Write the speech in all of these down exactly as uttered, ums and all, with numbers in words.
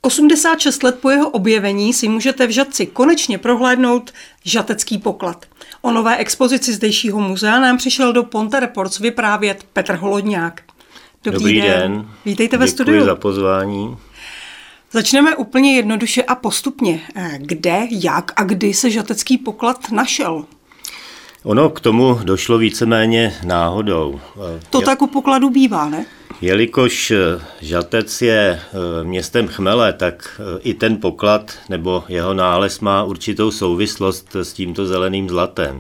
osmdesát šest let po jeho objevení si můžete v Žatci konečně prohlédnout žatecký poklad. O nové expozici zdejšího muzea nám přišel do Ponte Reports vyprávět Petr Holodňák. Dobrý, Dobrý den. den. Vítejte ve Děkuji studiu. Děkuji za pozvání. Začneme úplně jednoduše a postupně. Kde, jak a kdy se žatecký poklad našel? Ono k tomu došlo víceméně náhodou. To Je, tak u pokladu bývá, ne? Jelikož Žatec je městem chmele, tak i ten poklad nebo jeho nález má určitou souvislost s tímto zeleným zlatem.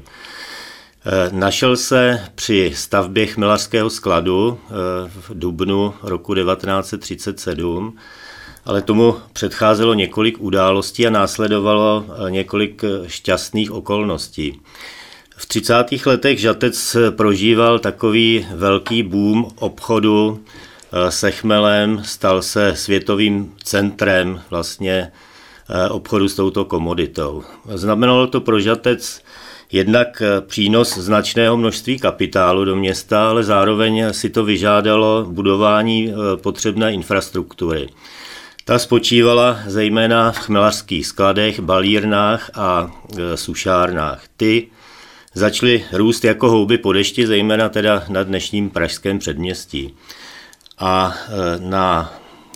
Našel se při stavbě chmelařského skladu v dubnu roku devatenáct set třicet sedm, ale tomu předcházelo několik událostí a následovalo několik šťastných okolností. V třicátých letech Žatec prožíval takový velký boom obchodu se chmelem, stal se světovým centrem vlastně obchodu s touto komoditou. Znamenalo to pro Žatec jednak přínos značného množství kapitálu do města, ale zároveň si to vyžádalo budování potřebné infrastruktury. Ta spočívala zejména v chmelařských skladech, balírnách a sušárnách. Ty začaly růst jako houby po dešti, zejména teda na dnešním pražském předměstí. A na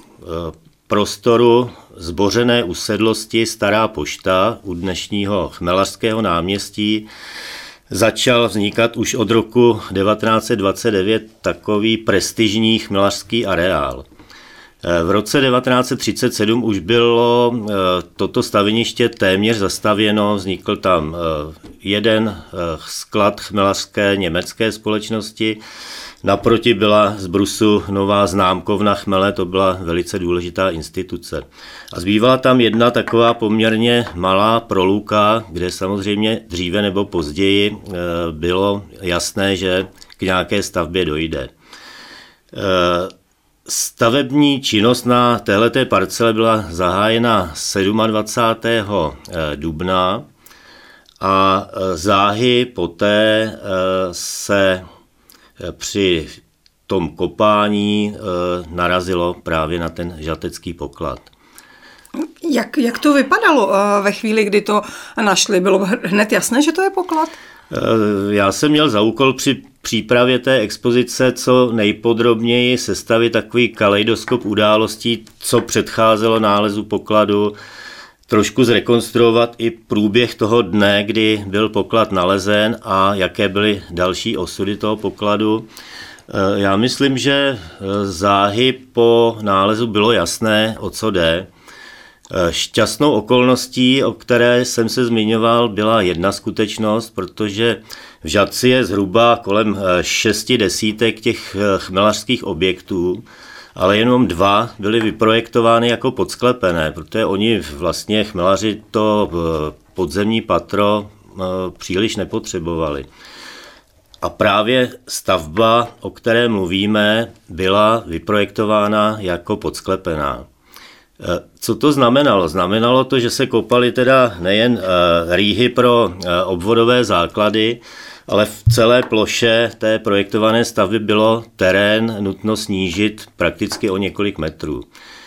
prostoru zbořené usedlosti Stará pošta u dnešního chmelařského náměstí začal vznikat už od roku devatenáct set dvacet devět takový prestižní chmelařský areál. V roce devatenáct set třicet sedm už bylo toto staveniště téměř zastavěno, vznikl tam jeden sklad chmelařské německé společnosti, naproti byla z brusu nová známkovna chmele, to byla velice důležitá instituce. A zbývala tam jedna taková poměrně malá proluka, kde samozřejmě dříve nebo později bylo jasné, že k nějaké stavbě dojde. Stavební činnost na téhleté parcele byla zahájena dvacátého sedmého dubna a záhy poté se při tom kopání narazilo právě na ten žatecký poklad. Jak, jak to vypadalo ve chvíli, kdy to našli? Bylo hned jasné, že to je poklad? Já jsem měl za úkol při přípravě té expozice co nejpodrobněji sestavit takový kaleidoskop událostí, co předcházelo nálezu pokladu, trošku zrekonstruovat i průběh toho dne, kdy byl poklad nalezen a jaké byly další osudy toho pokladu. Já myslím, že záhy po nálezu bylo jasné, o co jde. Šťastnou okolností, o které jsem se zmiňoval, byla jedna skutečnost, protože v Žatci je zhruba kolem šesti desítek těch chmelařských objektů, ale jenom dva byly vyprojektovány jako podsklepené, protože oni vlastně chmelaři to podzemní patro příliš nepotřebovali. A právě stavba, o které mluvíme, byla vyprojektována jako podsklepená. Co to znamenalo? Znamenalo to, že se kopaly teda nejen rýhy pro obvodové základy, ale v celé ploše té projektované stavby bylo terén nutno snížit prakticky o několik metrů.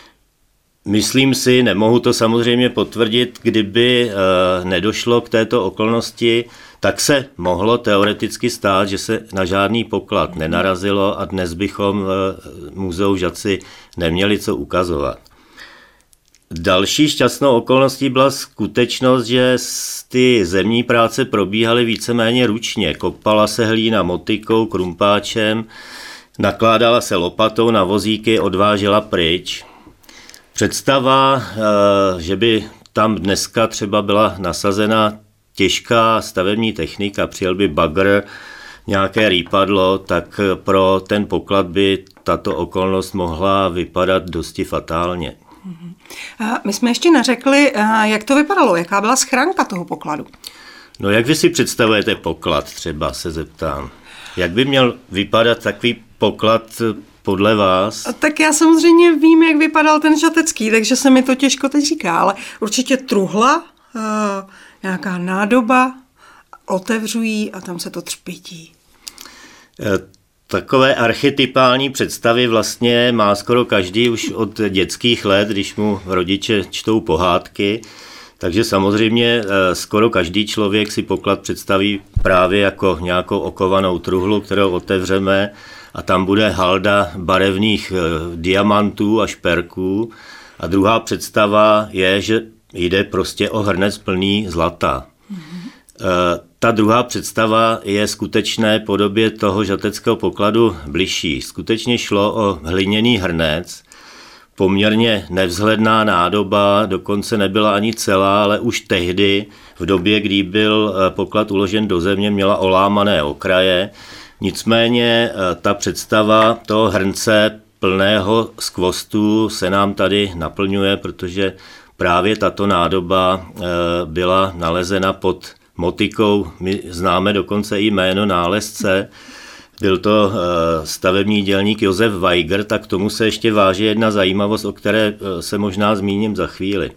Myslím si, nemohu to samozřejmě potvrdit, kdyby nedošlo k této okolnosti, tak se mohlo teoreticky stát, že se na žádný poklad nenarazilo a dnes bychom muzeu v Žatci neměli co ukazovat. Další šťastnou okolností byla skutečnost, že ty zemní práce probíhaly víceméně ručně. Kopala se hlína motykou, krumpáčem, nakládala se lopatou na vozíky, odvážela pryč. Představa, že by tam dneska třeba byla nasazena těžká stavební technika, přijel by bagr, nějaké rýpadlo, tak pro ten poklad by tato okolnost mohla vypadat dosti fatálně. My jsme ještě neřekli, jak to vypadalo, jaká byla schránka toho pokladu. No jak vy si představujete poklad, třeba se zeptám. Jak by měl vypadat takový poklad podle vás? Tak já samozřejmě vím, jak vypadal ten žatecký, takže se mi to těžko teď říká, ale určitě truhla, nějaká nádoba, otevřují a tam se to třpytí. Takové archetypální představy vlastně má skoro každý už od dětských let, když mu rodiče čtou pohádky. Takže samozřejmě skoro každý člověk si poklad představí právě jako nějakou okovanou truhlu, kterou otevřeme a tam bude halda barevných diamantů a šperků. A druhá představa je, že jde prostě o hrnec plný zlata. Mm-hmm. Ta druhá představa je skutečné podobě toho žateckého pokladu bližší. Skutečně šlo o hliněný hrnec, poměrně nevzhledná nádoba, dokonce nebyla ani celá, ale už tehdy, v době, kdy byl poklad uložen do země, měla olámané okraje. Nicméně ta představa toho hrnce plného skvostu se nám tady naplňuje, protože právě tato nádoba byla nalezena pod motykou. My známe dokonce i jméno nálezce. Byl to stavební dělník Josef Weiger, tak k tomu se ještě váží jedna zajímavost, o které se možná zmíním za chvíli.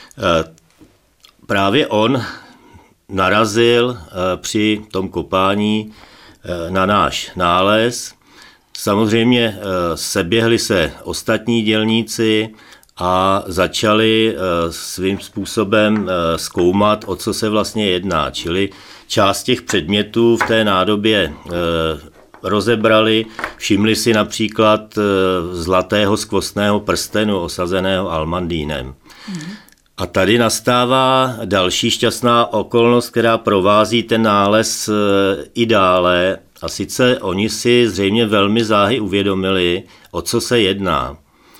Právě on narazil při tom kopání na náš nález. Samozřejmě seběhli se ostatní dělníci a začali svým způsobem zkoumat, o co se vlastně jedná. Čili část těch předmětů v té nádobě rozebrali, všimli si například zlatého skvostného prstenu osazeného almandínem. Mm. A tady nastává další šťastná okolnost, která provází ten nález i dále. A sice oni si zřejmě velmi záhy uvědomili, o co se jedná.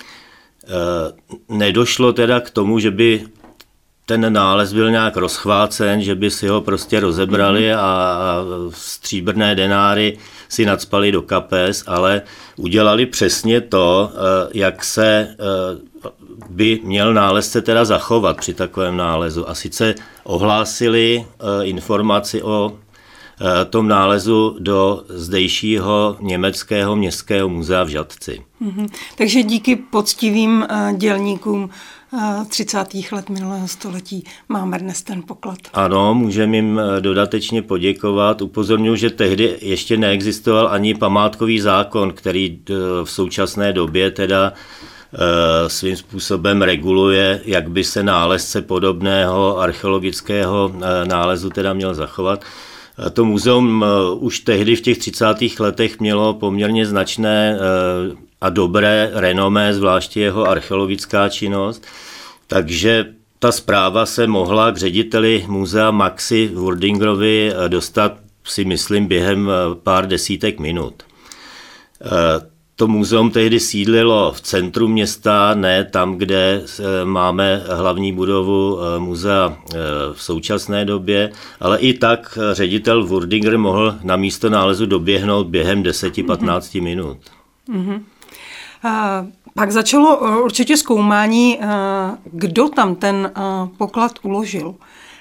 Nedošlo teda k tomu, že by ten nález byl nějak rozchvácen, že by si ho prostě rozebrali a stříbrné denáry si nacpali do kapes, ale udělali přesně to, jak se by měl nálezce teda zachovat při takovém nálezu. A sice ohlásili informaci o tom nálezu do zdejšího německého městského muzea v Žatci. Mm-hmm. Takže díky poctivým dělníkům třicátých let minulého století máme dnes ten poklad. Ano, můžeme jim dodatečně poděkovat. Upozorňuji, že tehdy ještě neexistoval ani památkový zákon, který v současné době teda svým způsobem reguluje, jak by se nálezce podobného archeologického nálezu teda měl zachovat. To muzeum už tehdy v těch třicátých letech mělo poměrně značné a dobré renomé, zvláště jeho archeologická činnost, takže ta zpráva se mohla k řediteli muzea Maxi Wurdingerovi dostat, si myslím, během pár desítek minut. To muzeum tehdy sídlilo v centru města, ne tam, kde máme hlavní budovu muzea v současné době, ale i tak ředitel Wurdinger mohl na místo nálezu doběhnout během deset až patnáct mm-hmm. minut. Mm-hmm. A pak začalo určitě zkoumání, kdo tam ten poklad uložil.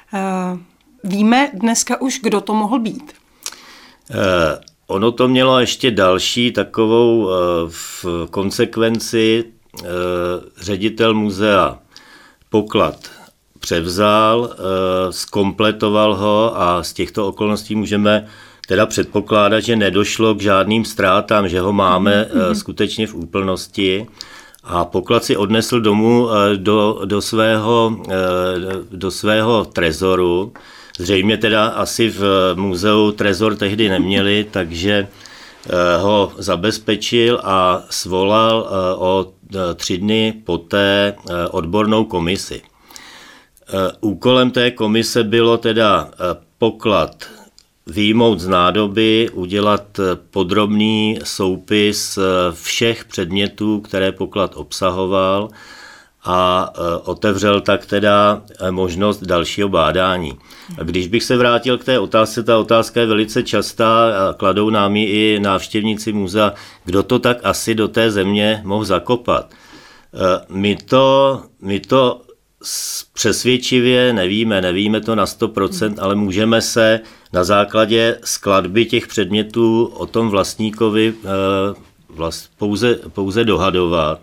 Víme dneska už, kdo to mohl být? Uh, Ono to mělo ještě další takovou v konsekvenci. Ředitel muzea poklad převzal, zkompletoval ho a z těchto okolností můžeme teda předpokládat, že nedošlo k žádným ztrátám, že ho máme mm-hmm. skutečně v úplnosti. A poklad si odnesl domů do, do, svého, do svého trezoru. Zřejmě teda asi v muzeu trezor tehdy neměli, takže ho zabezpečil a svolal o tři dny poté odbornou komisi. Úkolem té komise bylo teda poklad vyjmout z nádoby, udělat podrobný soupis všech předmětů, které poklad obsahoval, a otevřel tak teda možnost dalšího bádání. A když bych se vrátil k té otázce, ta otázka je velice častá a kladou nám ji i návštěvníci muzea, kdo to tak asi do té země mohl zakopat. My to, my to přesvědčivě nevíme, nevíme to na sto procent, ale můžeme se na základě skladby těch předmětů o tom vlastníkovi vlast, pouze, pouze dohadovat.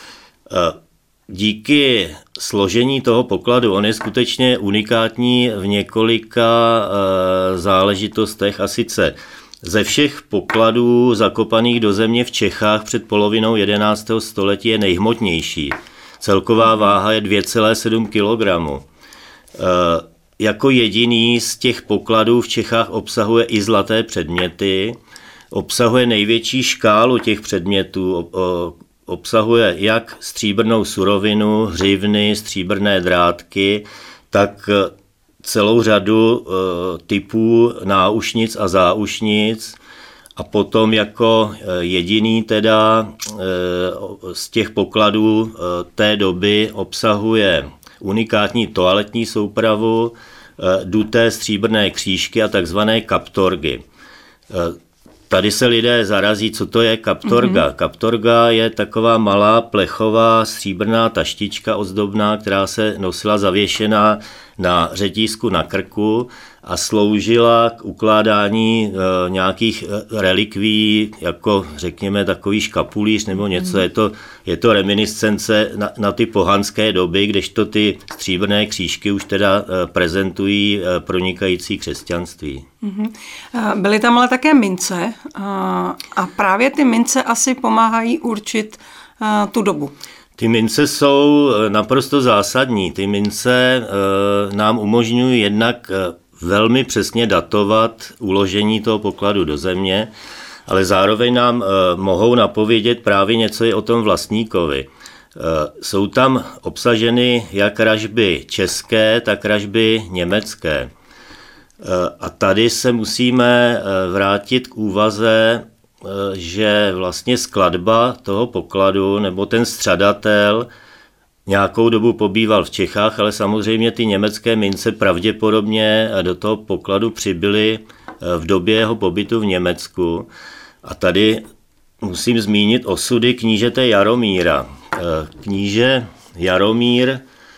Díky složení toho pokladu, on je skutečně unikátní v několika e, záležitostech, a sice Ze všech pokladů zakopaných do země v Čechách před polovinou jedenáctého století je nejhmotnější. Celková váha je dvě celá sedm kilogramů. Jako jediný z těch pokladů v Čechách obsahuje i zlaté předměty, obsahuje největší škálu těch předmětů, obsahuje jak stříbrnou surovinu, hřivny, stříbrné drátky, tak celou řadu typů náušnic a záušnic a potom jako jediný teda z těch pokladů té doby obsahuje unikátní toaletní soupravu, duté stříbrné křížky a takzvané kaptorgy. Tady se lidé zarazí, co to je kaptorga. Mm-hmm. Kaptorga je taková malá plechová stříbrná taštička ozdobná, která se nosila zavěšená na řetízku na krku a sloužila k ukládání e, nějakých relikví, jako řekněme takový škapulíř nebo něco. Mm-hmm. Je to, je to reminiscence na, na ty pohanské doby, kdežto ty stříbrné křížky už teda e, prezentují e, pronikající křesťanství. Mm-hmm. Byly tam ale také mince a, a právě ty mince asi pomáhají určit a, tu dobu. Ty mince jsou naprosto zásadní. Ty mince e, nám umožňují jednak e, velmi přesně datovat uložení toho pokladu do země, ale zároveň nám e, mohou napovědět právě něco i o tom vlastníkovi. E, jsou tam obsaženy jak ražby české, tak ražby německé. E, a tady se musíme vrátit k úvaze, že vlastně skladba toho pokladu nebo ten střadatel nějakou dobu pobýval v Čechách, ale samozřejmě ty německé mince pravděpodobně do toho pokladu přibyly v době jeho pobytu v Německu. A tady musím zmínit osudy knížete Jaromíra. Kníže Jaromír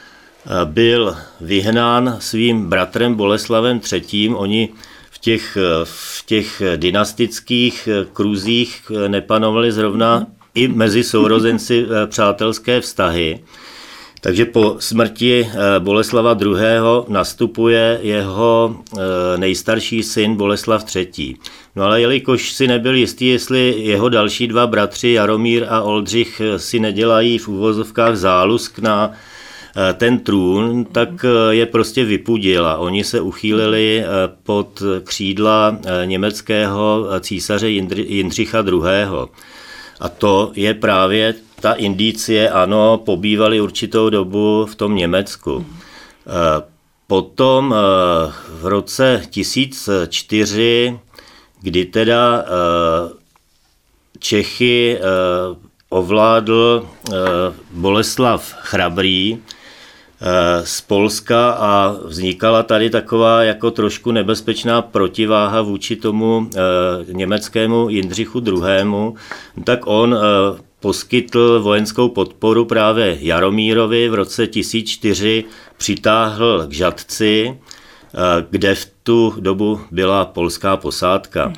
byl vyhnán svým bratrem Boleslavem třetím. Oni v těch, v těch dynastických kruzích nepanovaly zrovna i mezi sourozenci přátelské vztahy. Takže po smrti Boleslava druhého. nastupuje jeho nejstarší syn Boleslav třetí. No ale jelikož si nebyl jistý, jestli jeho další dva bratři Jaromír a Oldřich si nedělají v uvozovkách zálusk na ten trůn, tak je prostě vypudil a oni se uchýlili pod křídla německého císaře Jindřicha druhého. A to je právě ta indicie, ano, pobývali určitou dobu v tom Německu. Potom v roce tisíc čtyři, kdy teda Čechy ovládl Boleslav Chrabrý z Polska a vznikala tady taková jako trošku nebezpečná protiváha vůči tomu německému Jindřichu druhému. Tak on poskytl vojenskou podporu právě Jaromírovi, v roce tisíc čtyři přitáhl k Žatci, kde v tu dobu byla polská posádka.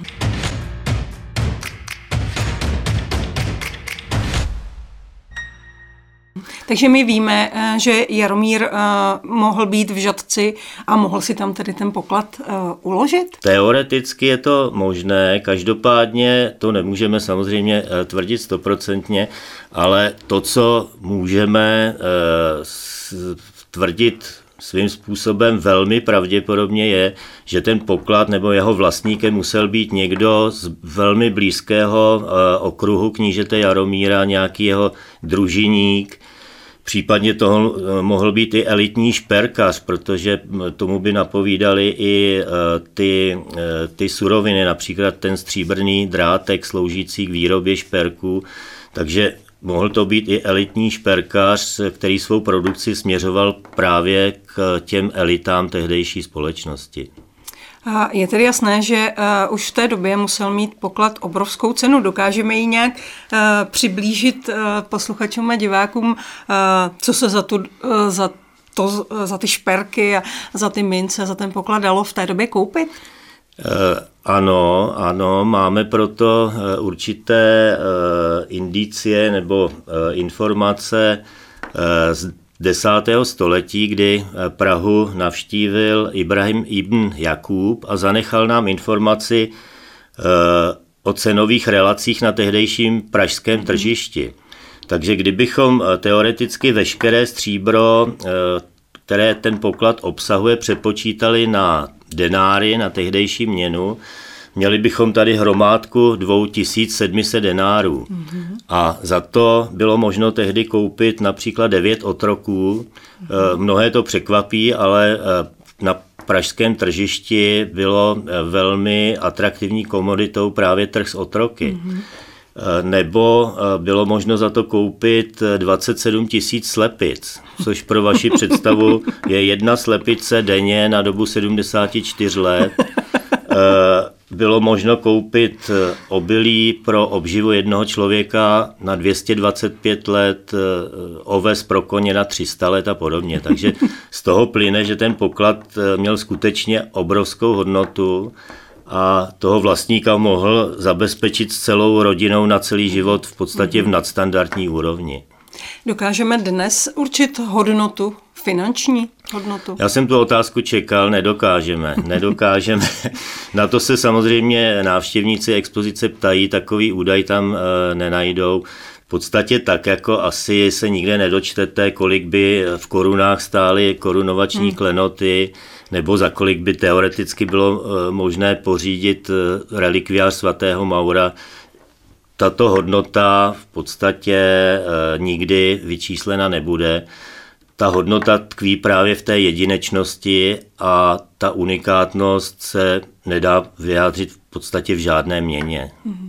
Takže my víme, že Jaromír mohl být v Žatci a mohl si tam tedy ten poklad uložit? Teoreticky je to možné, každopádně to nemůžeme samozřejmě tvrdit stoprocentně, ale to, co můžeme tvrdit svým způsobem velmi pravděpodobně je, že ten poklad nebo jeho vlastníkem musel být někdo z velmi blízkého okruhu knížete Jaromíra, nějaký jeho družiník. Případně toho mohl být i elitní šperkař, protože tomu by napovídali i ty, ty suroviny, například ten stříbrný drátek sloužící k výrobě šperků. Takže mohl to být i elitní šperkař, který svou produkci směřoval právě k těm elitám tehdejší společnosti. Je tedy jasné, že uh, už v té době musel mít poklad obrovskou cenu. Dokážeme ji nějak uh, přiblížit uh, posluchačům a divákům, uh, co se za, tu, uh, za, to, uh, za ty šperky a za ty mince, za ten poklad dalo v té době koupit? Uh, ano, ano, máme proto uh, určité uh, indicie nebo uh, informace uh, z desátého století, kdy Prahu navštívil Ibrahim ibn Jakub a zanechal nám informaci o cenových relacích na tehdejším pražském tržišti. Takže kdybychom teoreticky veškeré stříbro, které ten poklad obsahuje, přepočítali na denáry, na tehdejší měnu, měli bychom tady hromádku dva tisíce sedm set denárů. Mm-hmm. A za to bylo možno tehdy koupit například devět otroků. Mm-hmm. Mnohé to překvapí, ale na pražském tržišti bylo velmi atraktivní komoditou právě trh s otroky. Mm-hmm. Nebo bylo možno za to koupit dvacet sedm tisíc slepic, což pro vaši představu je jedna slepice denně na dobu sedmdesát čtyři let. Bylo možno koupit obilí pro obživu jednoho člověka na dvě stě dvacet pět let, oves pro koně na tři sta let a podobně. Takže z toho plyne, že ten poklad měl skutečně obrovskou hodnotu a toho vlastníka mohl zabezpečit s celou rodinou na celý život v podstatě v nadstandardní úrovni. Dokážeme dnes určit hodnotu, finanční hodnotu? Já jsem tu otázku čekal, nedokážeme, nedokážeme. Na to se samozřejmě návštěvníci expozice ptají, takový údaj tam e, nenajdou. V podstatě tak, jako asi se nikde nedočtete, kolik by v korunách stály korunovační hmm. klenoty, nebo za kolik by teoreticky bylo e, možné pořídit e, relikviář svatého Maura. Tato hodnota v podstatě e, nikdy vyčíslena nebude. Ta hodnota tkví právě v té jedinečnosti a ta unikátnost se nedá vyjádřit v podstatě v žádné měně.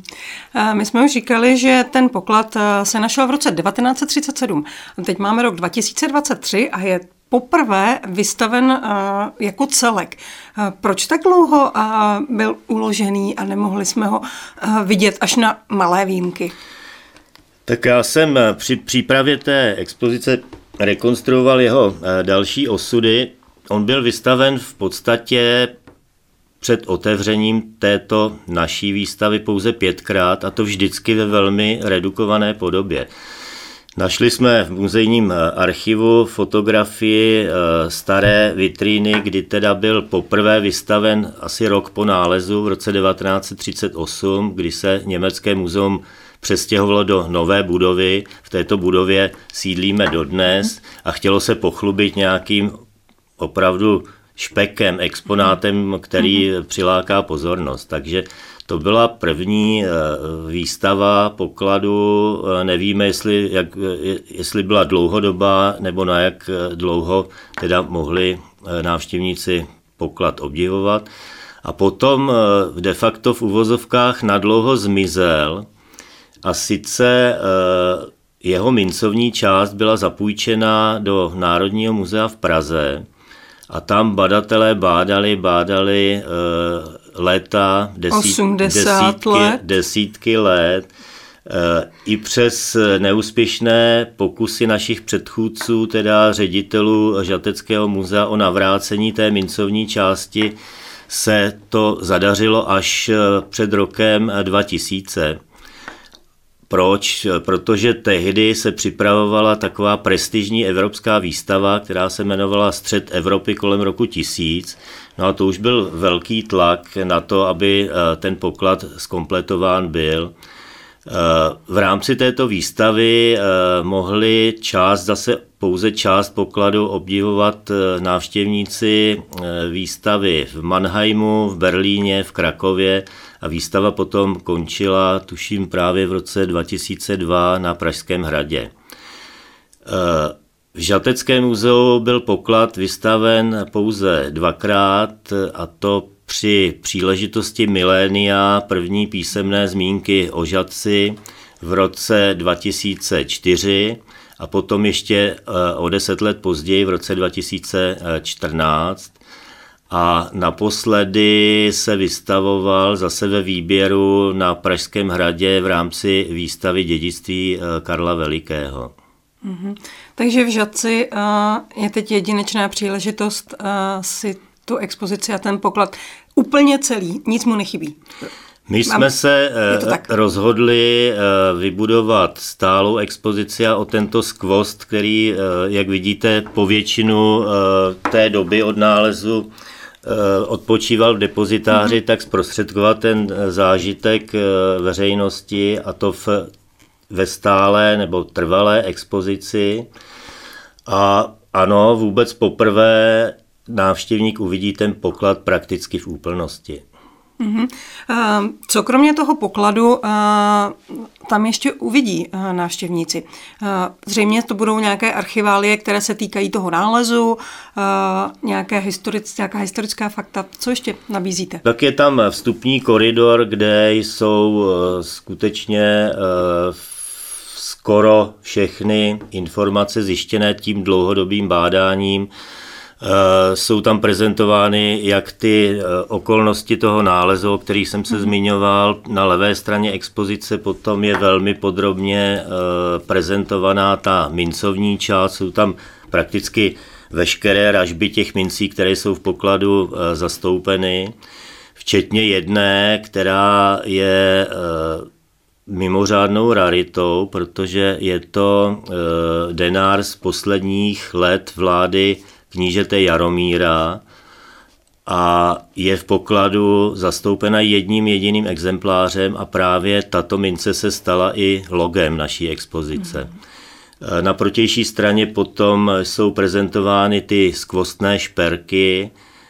My jsme už říkali, že ten poklad se našel v roce devatenáct set třicet sedm. Teď máme rok dva tisíce dvacet tři a je poprvé vystaven jako celek. Proč tak dlouho byl uložený a nemohli jsme ho vidět až na malé výjimky? Tak já jsem při přípravě té expozice rekonstruoval jeho další osudy. On byl vystaven v podstatě před otevřením této naší výstavy pouze pětkrát a to vždycky ve velmi redukované podobě. Našli jsme v muzejním archivu fotografii staré vitríny, kdy teda byl poprvé vystaven asi rok po nálezu v roce devatenáct set třicet osm, kdy se Německé muzeum přestěhovalo do nové budovy. V této budově sídlíme dodnes a chtělo se pochlubit nějakým opravdu špekem, exponátem, který přiláká pozornost. Takže to byla první výstava pokladu. Nevíme, jestli, jak, jestli byla dlouhodobá, nebo na jak dlouho teda mohli návštěvníci poklad obdivovat. A potom de facto v uvozovkách nadlouho zmizel. A sice jeho mincovní část byla zapůjčena do Národního muzea v Praze a tam badatelé bádali, bádali léta, desít, desítky, let. desítky let. I přes neúspěšné pokusy našich předchůdců, teda ředitelů Žateckého muzea o navrácení té mincovní části, se to zadařilo až před rokem dva tisíce. Proč? Protože tehdy se připravovala taková prestižní evropská výstava, která se jmenovala Střed Evropy kolem roku tisíc. No a to už byl velký tlak na to, aby ten poklad zkompletován byl. V rámci této výstavy mohli část, zase pouze část pokladu obdivovat návštěvníci výstavy v Mannheimu, v Berlíně, v Krakově a výstava potom končila, tuším, právě v roce dva tisíce dva na Pražském hradě. V Žateckém muzeu byl poklad vystaven pouze dvakrát, a to při příležitosti milénia první písemné zmínky o Žatci v roce dva tisíce čtyři a potom ještě o deset let později v roce dva tisíce čtrnáct. A naposledy se vystavoval zase ve výběru na Pražském hradě v rámci výstavy dědictví Karla Velikého. Mm-hmm. Takže v Žatci uh, je teď jedinečná příležitost uh, si tu expozici a ten poklad úplně celý, nic mu nechybí. My jsme Mám, se rozhodli vybudovat stálou expozici a o tento skvost, který, jak vidíte, po většinu té doby od nálezu odpočíval v depozitáři, mm-hmm. tak zprostředkovat ten zážitek veřejnosti, a to v, ve stálé nebo trvalé expozici. A ano, vůbec poprvé návštěvník uvidí ten poklad prakticky v úplnosti. Mm-hmm. Co kromě toho pokladu tam ještě uvidí návštěvníci? Zřejmě to budou nějaké archiválie, které se týkají toho nálezu, nějaké historic, nějaká historická fakta. Co ještě nabízíte? Tak je tam vstupní koridor, kde jsou skutečně skoro všechny informace zjištěné tím dlouhodobým bádáním. Jsou tam prezentovány jak ty okolnosti toho nálezu, o kterých jsem se zmiňoval. Na levé straně expozice potom je velmi podrobně prezentovaná ta mincovní část. Jsou tam prakticky veškeré ražby těch mincí, které jsou v pokladu zastoupeny, včetně jedné, která je mimořádnou raritou, protože je to denár z posledních let vlády knížete Jaromíra a je v pokladu zastoupena jedním jediným exemplářem a právě tato mince se stala i logem naší expozice. Na protější straně potom jsou prezentovány ty skvostné šperky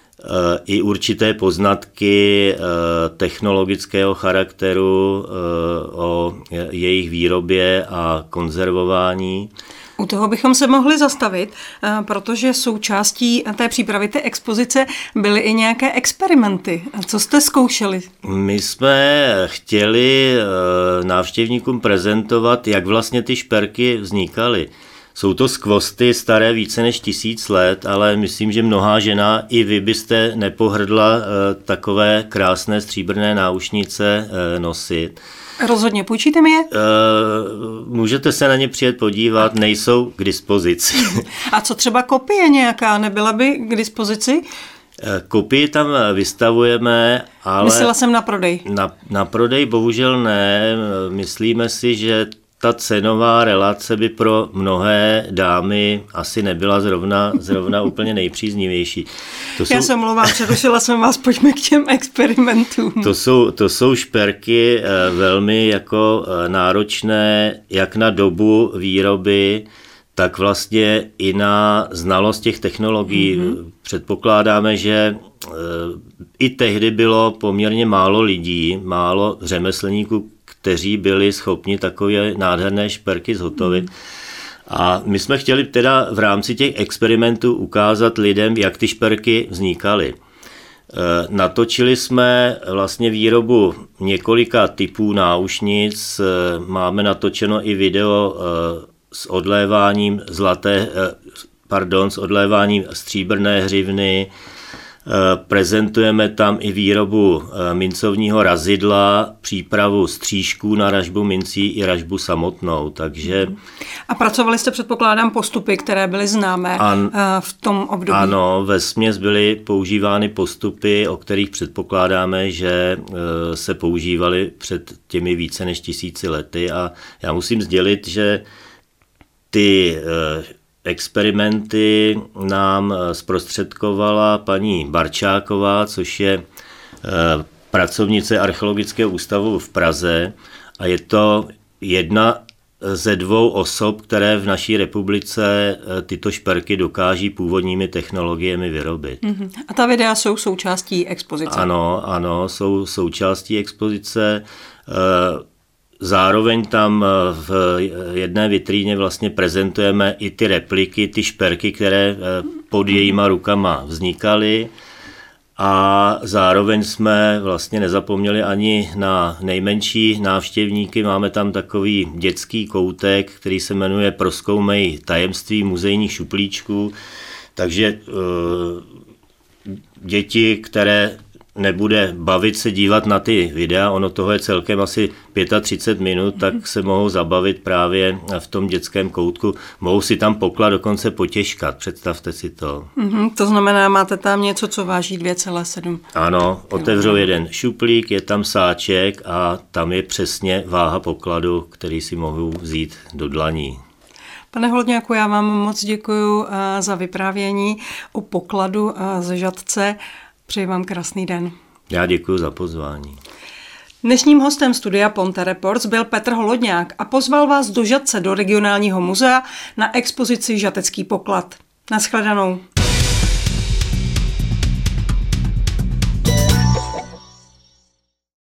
i určité poznatky technologického charakteru o jejich výrobě a konzervování. U toho bychom se mohli zastavit, protože součástí té přípravy té expozice byly i nějaké experimenty. Co jste zkoušeli? My jsme chtěli návštěvníkům prezentovat, jak vlastně ty šperky vznikaly. Jsou to skvosty staré více než tisíc let, ale myslím, že mnohá žena, i vy byste nepohrdla takové krásné stříbrné náušnice nosit. Rozhodně, půjčíte mi je? Uh, můžete se na ně přijet podívat, nejsou k dispozici. A co třeba kopie nějaká, nebyla by k dispozici? Kopii tam vystavujeme, ale... Myslela jsem na prodej. Na, na prodej bohužel ne. Myslíme si, že ta cenová relace by pro mnohé dámy asi nebyla zrovna, zrovna úplně nejpříznivější. To Já jsou, se omlouvám, přerušila jsem vás, pojďme k těm experimentům. To jsou, to jsou šperky velmi jako náročné jak na dobu výroby, tak vlastně i na znalost těch technologií. Mm-hmm. Předpokládáme, že i tehdy bylo poměrně málo lidí, málo řemeslníků, kteří byli schopni takové nádherné šperky zhotovit. Mm. A my jsme chtěli teda v rámci těch experimentů ukázat lidem, jak ty šperky vznikaly. Natočili jsme vlastně výrobu několika typů náušnic, máme natočeno i video s odléváním zlaté, pardon, s odléváním stříbrné hřivny. Prezentujeme tam i výrobu mincovního razidla, přípravu střížků na ražbu mincí i ražbu samotnou. Takže... A pracovali jste, předpokládám, postupy, které byly známé An... v tom období? Ano, vesměs byly používány postupy, o kterých předpokládáme, že se používaly před těmi více než tisíci lety. A já musím sdělit, že ty experimenty nám zprostředkovala paní Barčáková, což je pracovnice Archeologického ústavu v Praze, a je to jedna ze dvou osob, které v naší republice tyto šperky dokáží původními technologiemi vyrobit. Mm-hmm. A ta videa jsou součástí expozice? Ano, ano, jsou součástí expozice. Zároveň tam v jedné vitríně vlastně prezentujeme i ty repliky, ty šperky, které pod jejíma rukama vznikaly, a zároveň jsme vlastně nezapomněli ani na nejmenší návštěvníky. Máme tam takový dětský koutek, který se jmenuje Prozkoumej tajemství muzejních šuplíčků, takže děti, které nebude bavit se dívat na ty videa, ono toho je celkem asi třicet pět minut, tak se mohou zabavit právě v tom dětském koutku. Mohou si tam poklad dokonce potěžkat, představte si to. Mm-hmm, to znamená, máte tam něco, co váží dvě celé sedm. Ano, otevřou jeden šuplík, je tam sáček a tam je přesně váha pokladu, který si mohou vzít do dlaní. Pane Holodňáku, já vám moc děkuji za vyprávění o pokladu ze Žatce. Přeji vám krásný den. Já děkuji za pozvání. Dnešním hostem studia Ponte Reports byl Petr Holodňák a pozval vás do Žatce do regionálního muzea na expozici Žatecký poklad. Naschledanou.